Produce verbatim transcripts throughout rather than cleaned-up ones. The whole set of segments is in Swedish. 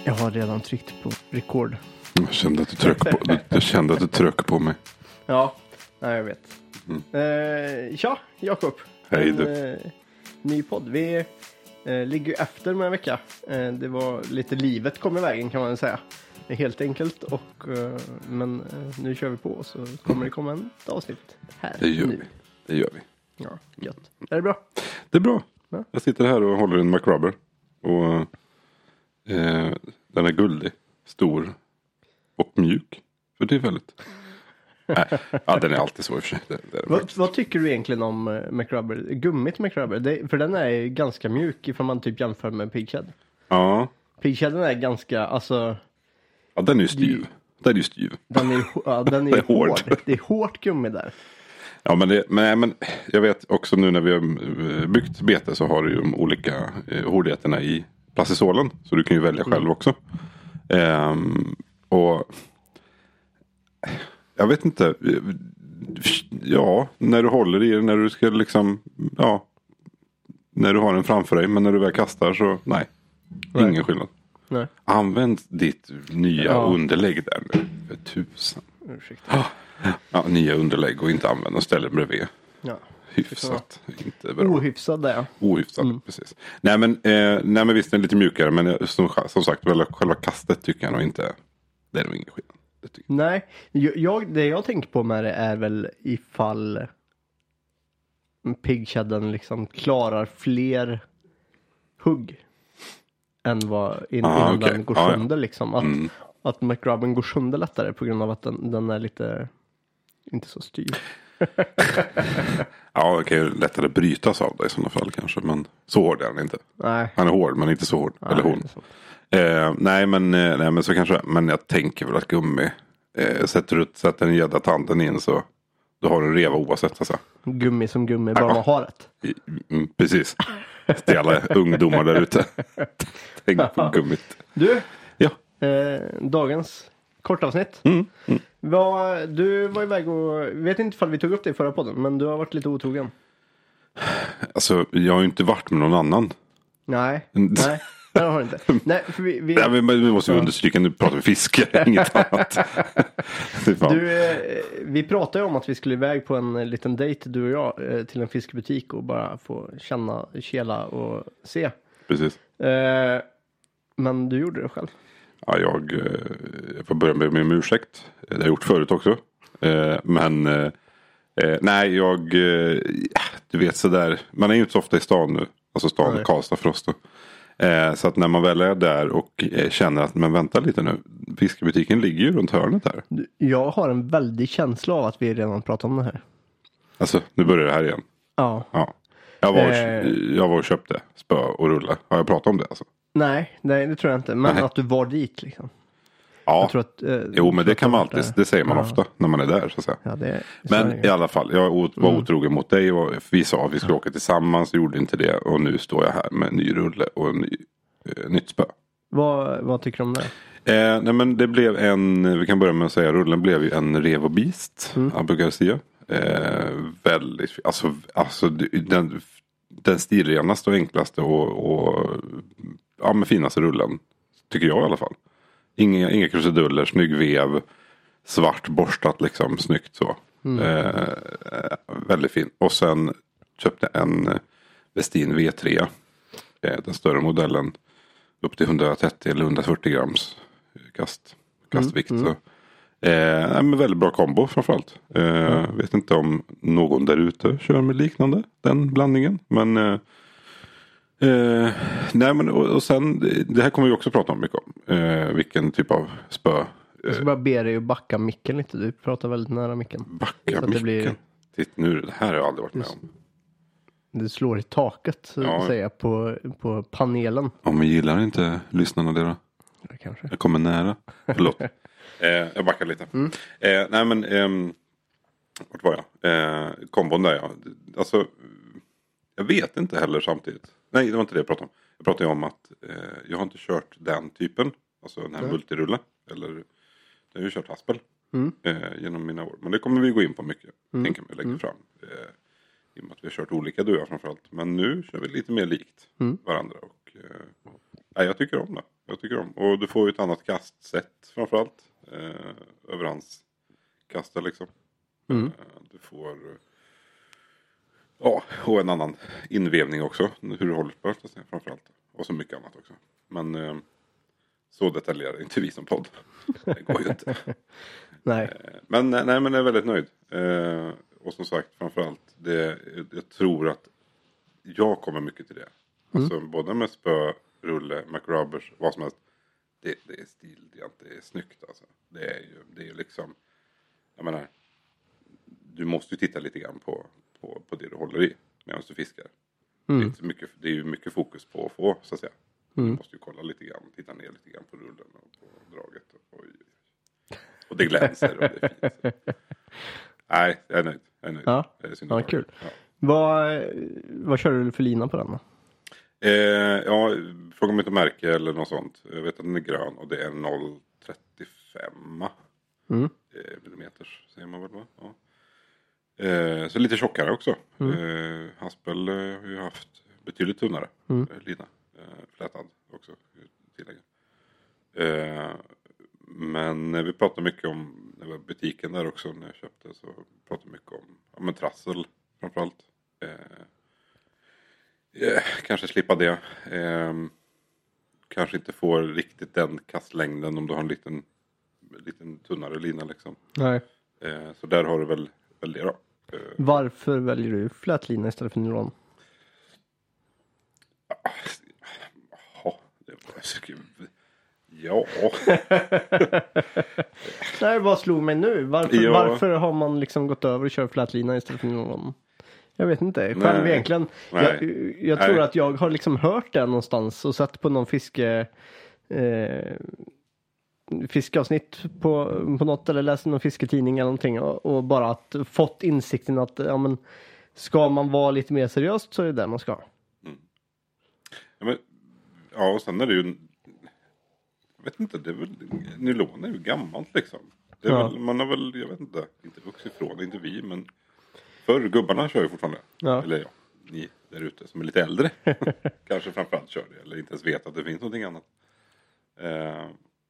Jag har redan tryckt på record. Jag kände att du tryck på, du, jag kände att du tryck på mig. Ja, nej, jag vet. Mm. Eh, tja, Jakob. Hej du. En, eh, ny podd. Vi eh, ligger efter med en vecka. Eh, det var lite livet kom i vägen kan man säga. Det är helt enkelt. Och, eh, men eh, nu kör vi på så kommer det komma ett avsnitt här. Det gör nu. vi. Det gör vi. Ja, gött. Är det bra? Det är bra. Ja. Jag sitter här och håller en McRubber. Och eh, den är guldig, stor och mjuk. För det är väldigt... Nej, ja, den är alltid så i och för sig. Det, det är vad, vad tycker du egentligen om uh, McRubber? Gummit McRubber? Det, för den är ganska mjuk ifall man typ jämför med Pigshed. Ja. Pigsheden är ganska, alltså... Ja, den är ju styv. Den är ju styv. Den är, ja, den är, Det är hård. hård. Det är hårt gummi där. Ja, men, det, men, men jag vet också nu när vi har byggt bete så har du ju de olika eh, hårdheterna i plastisolen. Så du kan ju välja själv Mm. också. Ehm, och jag vet inte. Ja, när du håller i den, när du ska liksom, ja, när du har den framför dig. Men när du väl kastar så, nej, Nej. ingen skillnad. Nej. Använd ditt nya Ja. underlägg där nu. För tusen. Ursäkta. Ja, nya underlägg och inte använda och ställa bredvid. Ja. Hyfsat. Inte bra. Ohyfsad där. Ohyfsat, precis. Nej men, eh, nej men visst den är lite mjukare. Men jag- som, som sagt, väl, själva kastet tycker jag nog inte. Det är nog ingen skillnad. Det tycker jag. Nej, jag, jag, det jag tänker på med det är väl ifall Pigsheden liksom klarar fler hugg än vad in, Ah, innan okej. den går Ah, ja. sönder liksom. Att, Mm. att McRubben går sönder lättare på grund av att den, den är lite inte så styr. Ja, det kan ju lättare brytas av det i sådana fall kanske. Men så hård är han inte. Nej. Han är hård men inte så hård. Eller hon. det är så. Eh, nej, men, eh, nej men så kanske. Men jag tänker väl att gummi. Eh, sätter du sätter den gädda tanden in så. Då har du en reva oavsett alltså. Gummi som gummi, bara Ja. man har rätt. Mm, precis. Till alla ungdomar där ute. Tänk på gummit. Du, Ja. eh, dagens kortavsnitt. Mm, mm. Vad, du var iväg och, vet inte ifall vi tog upp det i förra podden, men du har varit lite otrogen. Alltså, jag har ju inte varit med någon annan. Nej, Mm. nej, det har du inte. Nej, för vi, vi, Nej, men vi måste ju understryka, nu pratar vi fiske, inget annat. Fy fan. du, eh, vi pratade ju om att vi skulle iväg på en eh, liten dejt, du och jag, eh, till en fiskebutik och bara få känna, kela och se. Precis. Eh, men du gjorde det själv. Ja, jag, eh, jag får börja med min ursäkt. Det har jag gjort förut också. Eh, Men eh, eh, nej, jag, eh, du vet sådär, man är ju inte så ofta i stan nu. Alltså stan Nej. Karlstad för oss då. Eh, Så att när man väl är där och eh, känner att, men vänta lite nu. Fiskebutiken ligger ju runt hörnet här. Du, jag har en väldig känsla av att vi redan pratat om det här. Alltså, nu börjar det här igen. Ja. Ja. Jag var, och, Eh. jag var och köpte spö och rulle. Har jag pratat om det alltså? Nej, nej, det tror jag inte. Men Nej. att du var dit liksom. Ja, Jag tror att, eh, jo men jag det tror kan att man du alltid, varit det säger man Ja. ofta när man är där så att säga. Ja, det, så är Men det. i alla fall, jag o- var Mm. otrogen mot dig och vi sa att vi skulle åka tillsammans, gjorde inte det och nu står jag här med en ny rulle och en ny, eh, nytt spö. Vad, vad tycker du om det? Eh, nej men det blev en, vi kan börja med att säga rullen blev ju en Revo Beast, Mm. Abu Garcia. Eh, väldigt, alltså, alltså den, den stilrenaste och enklaste och, och ja, men finaste rullen. Tycker jag i alla fall. Inga, inga krusiduller, snygg vev. Svart borstat liksom, snyggt så. Mm. Eh, väldigt fin. Och sen köpte en Westin V tre. Eh, den större modellen. Upp till hundratrettio eller hundrafyrtio grams kast, kastvikt. Mm. Så. Eh, men väldigt bra kombo framförallt. Eh, Mm. Vet inte om någon där ute kör med liknande, den blandningen. Men eh, eh, nej men och, och sen, det här kommer vi också prata om mycket om. Eh, vilken typ av spö. Jag ska bara be dig att backa micken lite. Du pratar väldigt nära micken. Backa Så att det micken. blir- Titt, nu, det här har jag aldrig varit med om. Du slår i taket så Ja. att säga på, på panelen. Om vi gillar inte lyssnarna där då? Ja, kanske. Jag kommer nära. Förlåt. eh, jag backar lite. Mm. Eh, nej men, ehm, vart var jag? Eh, kombon där ja. Alltså, jag vet inte heller samtidigt. Nej, det var inte det jag pratade om. Jag pratade ju om att eh, jag har inte kört den typen. Alltså den här Nej. multirulle. Eller, jag har ju kört haspel. Mm. Eh, genom mina år. Men det kommer vi gå in på mycket. Mm. Tänker mig lägga Mm. fram. Eh, I och med att vi har kört olika du och jag framförallt. Men nu kör vi lite mer likt Mm. varandra. Och, eh, nej, jag tycker om det. Jag tycker om. Och du får ju ett annat kastsätt framförallt. Eh, över hans kastar liksom. Mm. Eh, du får... Ja, och en annan invevning också. Hur du håller på framförallt. Och så mycket annat också. Men eh, så detaljerar inte vi som podd. Det går ju inte. Nej. Eh, men, nej, men jag är väldigt nöjd. Eh, och som sagt, framförallt. Det, jag tror att jag kommer mycket till det. Mm. Alltså både med spö, rulle, McRubbers, vad som helst. Det, det är stilrent, det är snyggt alltså. Det är ju, det är ju liksom, jag menar, du måste ju titta lite grann på, på, på det du håller i medan du fiskar. Mm. Det, är inte mycket, det är ju mycket fokus på att få, så att säga. Mm. Du måste ju kolla lite grann, titta ner lite grann på rullen och på draget. Och, och, och det glänser och det är fint. Nej, jag är nöjd. Jag är nöjd. Ja, det är synd ja att kul. Ja. Vad, vad kör du för lina på den då? Eh, ja, fråga mig inte märke eller något sånt. Jag vet att den är grön och det är noll komma trettiofem Mm. eh, millimeters, säger man väl va? Ja. Eh, så lite tjockare också. Mm. Eh, Haspel eh, har ju haft betydligt tunnare Mm. eh, lina. Eh, flätad också, tillägget. Eh, men vi pratar mycket om, det var butiken där också när jag köpte, så pratade vi mycket om, ja, men trassel framförallt. Eh, eh, kanske slippa det. Eh, kanske inte får riktigt den kastlängden om du har en liten, liten tunnare lina liksom. Nej. Eh, så där har du väl, väl det då. Eh, Varför väljer du flätlina istället för nylon? Jaha, det var ja. Nej, vad slog mig nu? Varför, Ja. varför har man liksom gått över och kör flätlina istället för nylon? Jag vet inte. Själv Nej. egentligen. Nej. Jag, jag tror Nej. att jag har liksom hört det någonstans och sett på någon fiske eh, fiskeavsnitt på, på något eller läst någon fisketidning eller någonting och, och bara att, fått insikten att ja, men, ska man vara lite mer seriöst så är det där man ska. Ja, men, ja, och sen är det ju, jag vet inte, det är väl, nylon är ju gammalt liksom. Det är Ja. väl, man har väl, jag vet inte, inte vuxit ifrån det, inte vi, men förr, gubbarna kör ju fortfarande. Ja. Eller ja, ni där ute som är lite äldre. Kanske framförallt kör det, eller inte ens vet att det finns någonting annat. Eh,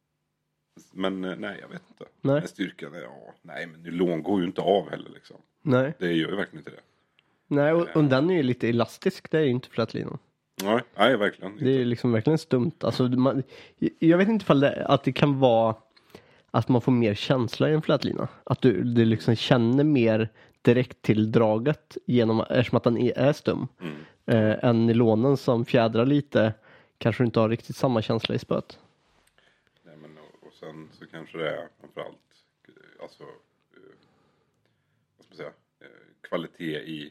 men eh, nej, jag vet inte. Nej. Men styrkan, ja, nej, men nylon går ju inte av heller liksom. Nej, Det gör ju verkligen inte det. Nej och, och den är ju lite elastisk, det är ju inte flätlinan. Nej, nej verkligen Det är liksom verkligen stumt. Alltså, man, jag vet inte ifall det, att det kan vara att man får mer känsla i en flätlina. Att du, du liksom känner mer direkt till draget genom, eftersom att den är, är stum. Mm. Eh, än nylonen som fjädrar lite kanske inte har riktigt samma känsla i spöet. Nej, men och, och sen så kanske det är framförallt eh, alltså eh, vad ska man säga eh, kvalitet i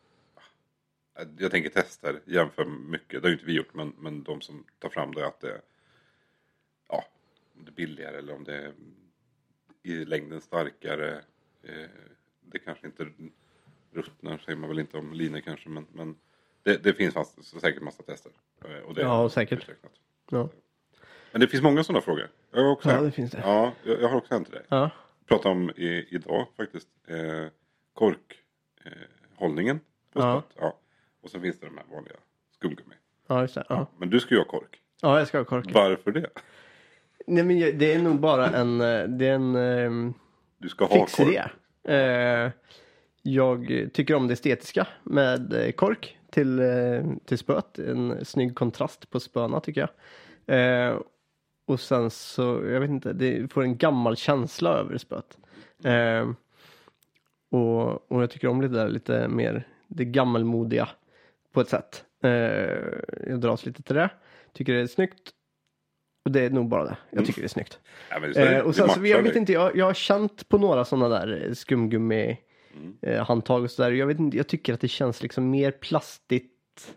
eh, jag tänker tester jämför mycket, det har ju inte vi gjort, men, men de som tar fram det att det ja, om det är billigare eller om det är i längden starkare eh, det kanske inte ruttnar, säger man väl inte om linor kanske, men, men det, det finns fast, så säkert massa tester. Eh, och det är Ja, säkert. uträknat. Ja, Men det finst många sådana frågor. Jag har också ja en. det finns det. Ja, jag, jag har också en till dig. Ja, Prata om i, idag faktiskt. Eh, korkhållningen. Eh, hållningen på Ja. spett. Ja. Och sen finns det de här vanliga skumgummi. ja just det. Ja. Men du ska ju ha kork. Ja, jag ska ha kork. Varför det? Nej, men jag- det är nog bara en, eh, det är en um, Du ska ha fix kork. idé. Eh, jag tycker om det estetiska med eh, kork till, eh, till spöet. En snygg kontrast på spöna tycker jag. Eh, och sen så, jag vet inte, det får en gammal känsla över spöet. Eh, och, och jag tycker om det där lite mer, det gammalmodiga på ett sätt. Eh, jag dras lite till det. Tycker det är snyggt. Och det är nog bara det. Jag tycker det är snyggt. Ja, men det, är- Eh, och det sen så, matchar jag vet dig. inte, jag, jag har känt på några sådana där skumgummi Mm. eh, handtag och sådär. Jag vet inte, jag tycker att det känns liksom mer plastigt.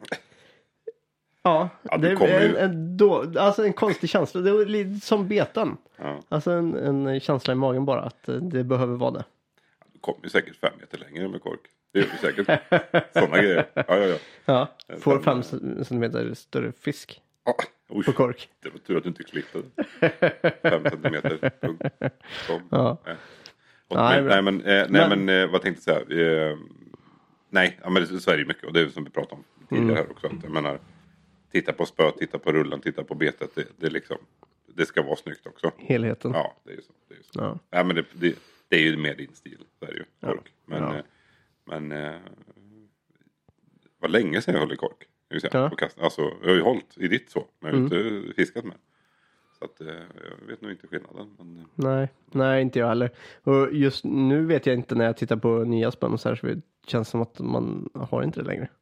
Ja, Ja, du det kommer är en, ju- en, då, alltså en konstig känsla. Det är lite som beten. Ja. Alltså en, en känsla i magen bara att eh, det behöver vara det. Du kommer ju säkert fem meter längre med kork. Det är ju säkert. Sådana grejer. Ja, ja, ja. Ja, En får fem- fem centimeter större fisk Ah, oj, på kork. det var tur att du inte klippte det. Fem centimeter. Punkt. Kom. Ja. Nej. Och, Nej, men, men- nej, men, eh, nej, men- men eh, vad tänkte jag säga? Eh, nej, ja, men det, så är det ju mycket. Och det är som vi pratade om tidigare Mm. här också. Att, jag menar, titta på spö, titta på rullen, titta på betet. Det, det, liksom, det ska vara snyggt också. Helheten. Ja, det är ju så. Det är, ju så. Ja. Ja, men det, det, det är ju mer din stil. Det är ju, kork. Ja. Men, Ja. eh, men eh, var länge sedan jag höll i kork. Jag, säga, Ja. på kast. Alltså, jag har ju hållit i ditt så. Men jag har Mm. inte fiskat med. Så att, eh, jag vet nog inte skillnaden. Men, eh, Nej, nej, inte jag heller. Och just nu vet jag inte när jag tittar på nya spänn och så här, så det känns som att man har inte det längre.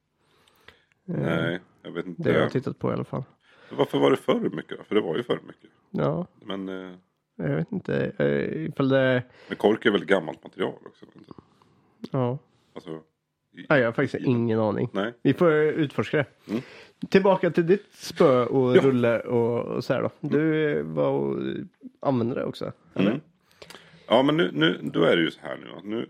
nej, jag vet inte. Det har jag tittat på i alla fall. Varför var det för mycket då? För det var ju för mycket. Ja, Men, eh, jag vet inte. eh, Ifall det... men kork är väl gammalt material också? Ja. Alltså, i, Nej, jag har faktiskt ingen aning. Nej. Vi får utforska det. Mm. Tillbaka till ditt spö och Ja. rulle och, och så här då. Du var och använde det också, eller? Mm. Ja, men nu, nu, då är det ju så här nu. nu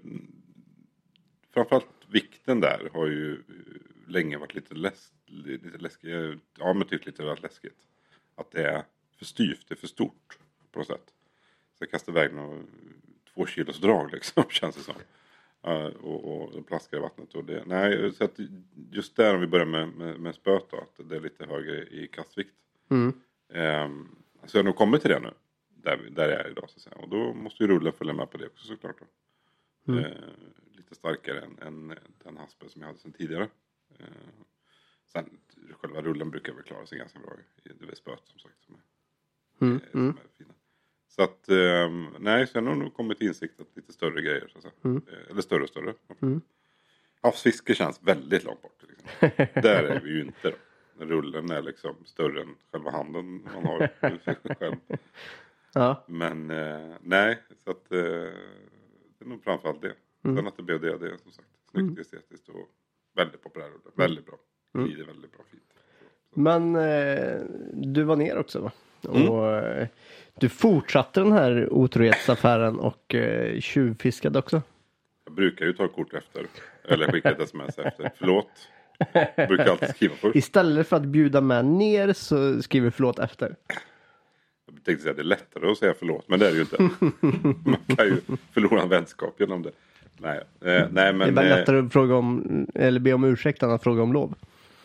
framförallt vikten där har ju länge varit lite, läs, lite läskigt. Ja, men typ lite varit läskigt. Att det är för styvt, det är för stort på något sätt. Så jag kastar iväg några två kilos drag liksom, känns det som. Uh, och, och plaskar i vattnet. Och det, nej, så att just där om vi börjar med, med, med spöt då, att det är lite högre i kastvikt. Mm. Um, så jag har nog kommit till det nu. Där, där jag är idag så att säga. Och då måste ju rullen följa med på det också såklart då. Mm. Uh, lite starkare än, än den haspen som jag hade sedan tidigare. Uh, sen själva rullen brukar väl klara sig ganska bra. Det är spöt som sagt som är, Mm. som Mm. är fina. Så att, um, nej, så jag har nog kommit till insikt att lite större grejer så att säga. Mm. Uh, eller större och större. Mm. Havsfiske känns väldigt långt bort. Liksom. Där är vi ju inte då. Rullen är liksom större än själva handen man har själv. Ja. Men eh, nej, så att eh, det är nog framförallt det. Mm. Sen att det blev det, det är som sagt snyggt, Mm. estetiskt och väldigt populär rulle. Väldigt bra. Mm. Glider väldigt bra, fint. Så. Men eh, du var ner också va? Mm. Och eh, du fortsatte den här otrohetsaffären och eh, tjuvfiskade också. Jag brukar ju ta kort efter. Eller skicka ett sms efter. Förlåt. Jag brukar alltid skriva först. Istället för att bjuda med ner så skriver förlåt efter. Jag tänkte säga att det är lättare att säga förlåt. Men det är det ju inte. Man kan ju förlora en vänskap genom det. Nej, eh, nej men... Det är bara eh, lättare att fråga om, eller be om ursäkt än att fråga om lov.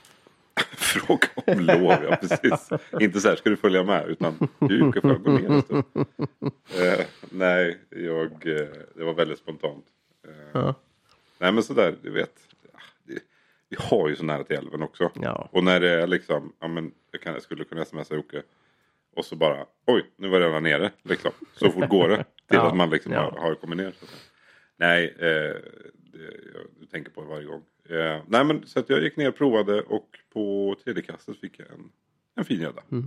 Fråga om lov, ja precis. Inte så här, ska du följa med? Utan du kan få gå ner en stund. Eh, nej, jag, eh, det var väldigt spontant. Eh, Ja. Nej men sådär, du vet. Det, vi har ju så nära till älven också. Ja. Och när det är liksom, ja men jag, kan, jag skulle kunna smsa Jocke. Och så bara, oj, nu var det redan nere. Liksom. Så fort går det. Till Ja. att man liksom Ja. har, har kommit ner. Så att säga. Nej, eh, det, jag, du tänker på det varje gång. Eh, nej men så att jag gick ner och provade. Och på tredje kastet fick jag en, en fin gädda. Mm.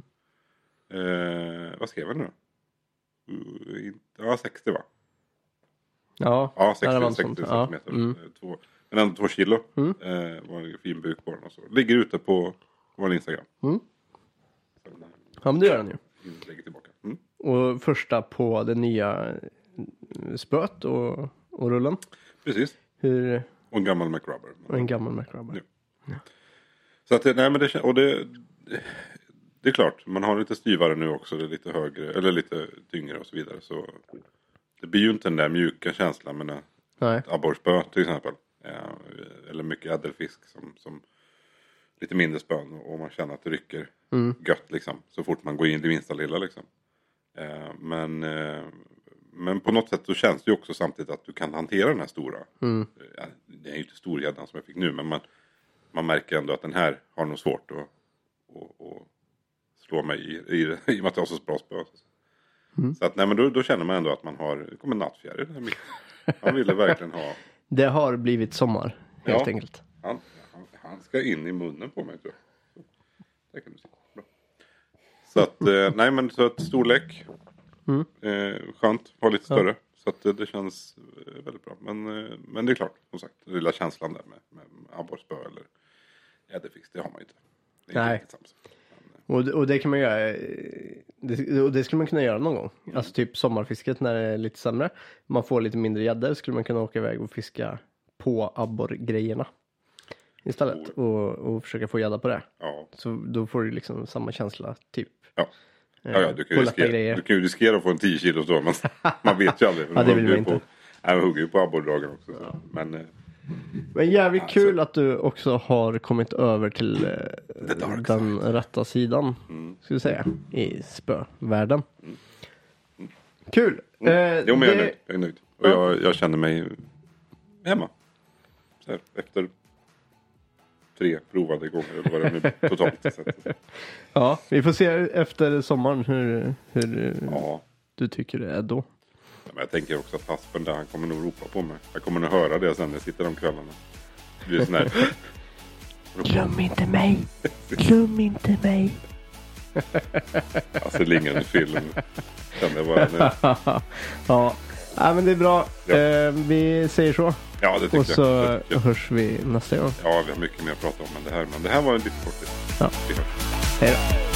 Eh, vad skrev jag nu då? Uh, inte- ja, sextio va? Ja, Ja, det sextio, var en sextio sån. Ja. centimeter. Mm. Eh, Två, men ändå två kilo. Mm. Eh, var en fin buk på den och så. Ligger ute på vår Instagram. Mm. Så, eh, Ja, men det gör den ju. inlägget tillbaka. Mm. Och första på det nya eh, spöt och, och rullen. Precis. Hur Och en gammal McRubber. en gammal McRubber. Ja. Så att det, nej men det, och det, det är klart, man har lite styvare nu också, det är lite högre, eller lite tyngre och så vidare. Så det blir ju inte den där mjuka känslan med en Nej. abborrspö till exempel. Ja, eller mycket ädelfisk som, som lite mindre spön och man känner att det rycker Mm. gött liksom. Så fort man går in i det minsta lilla liksom. Eh, men, eh, men på något sätt så känns det ju också samtidigt att du kan hantera den här stora. Mm. Ja, det är ju inte storgäddan som jag fick nu, men man, man märker ändå att den här har nog svårt att, att, att slå mig i, i, i och med att jag har så bra spö. Mm. Så att, nej, men då, då känner man ändå att man har, det kommer nattfjäril i den här mitten. Han ville verkligen ha, Det har blivit sommar, helt Ja. enkelt. han, han, han ska in i munnen på mig tror jag. Så, där kan du se. Bra. Så att, eh, nej men så att storlek, Mm. eh, skönt, har lite Ja. större. Så att det, det känns eh, väldigt bra. Men, eh, men det är klart, som sagt, den lilla känslan där med, med abborrspö eller ädelfisk, det har man ju inte. Det är Nej. inte samma sak. Men, Och, det- och det kan man göra, eh, det, och det skulle man kunna göra någon gång. Alltså typ sommarfisket när det är lite sämre. Man får lite mindre gäddor, skulle man kunna åka iväg och fiska på abborrgrejerna istället. Och, och försöka få gädda på det. ja. Så då får du liksom samma känsla, typ. Ja. Ja, ja, du kan, på ju lätta riskera, grejer. du kan ju riskera att få en tio kilo då, men man vet ju aldrig. För Ja, de det vill hugger man ju inte. På, nej, de hugger ju på abborrdragen också. Så. Men, eh, Men jävligt kul att du också har kommit över till eh, den rätta sidan, mm. ska vi säga, i spövärlden. Mm. Mm. Kul! Mm. Eh, jo, men jag är det... nöjd. Jag, är nöjd. Och jag, jag känner mig hemma. Så här, efter tre provade gånger, eller vad det nu totalt sett. Ja, vi får se efter sommaren hur, hur ja. du tycker det är då. Ja, men jag tänker också att Haspen där, han kommer nog ropa på mig. Jag kommer nog höra det sen när jag sitter de kvällarna. Det blir sån här... Glöm inte mig! Glöm inte mig! Alltså ingen i film. Kan det vara nu? Ja. Ja, men det är bra. Ja. Eh, vi säger så. Ja, det tycker Och så jag. Och så hörs vi nästa gång. Ja, vi har mycket mer att prata om än det här. Men det här var en lite kort. Ja. Vi hörs. Hej då.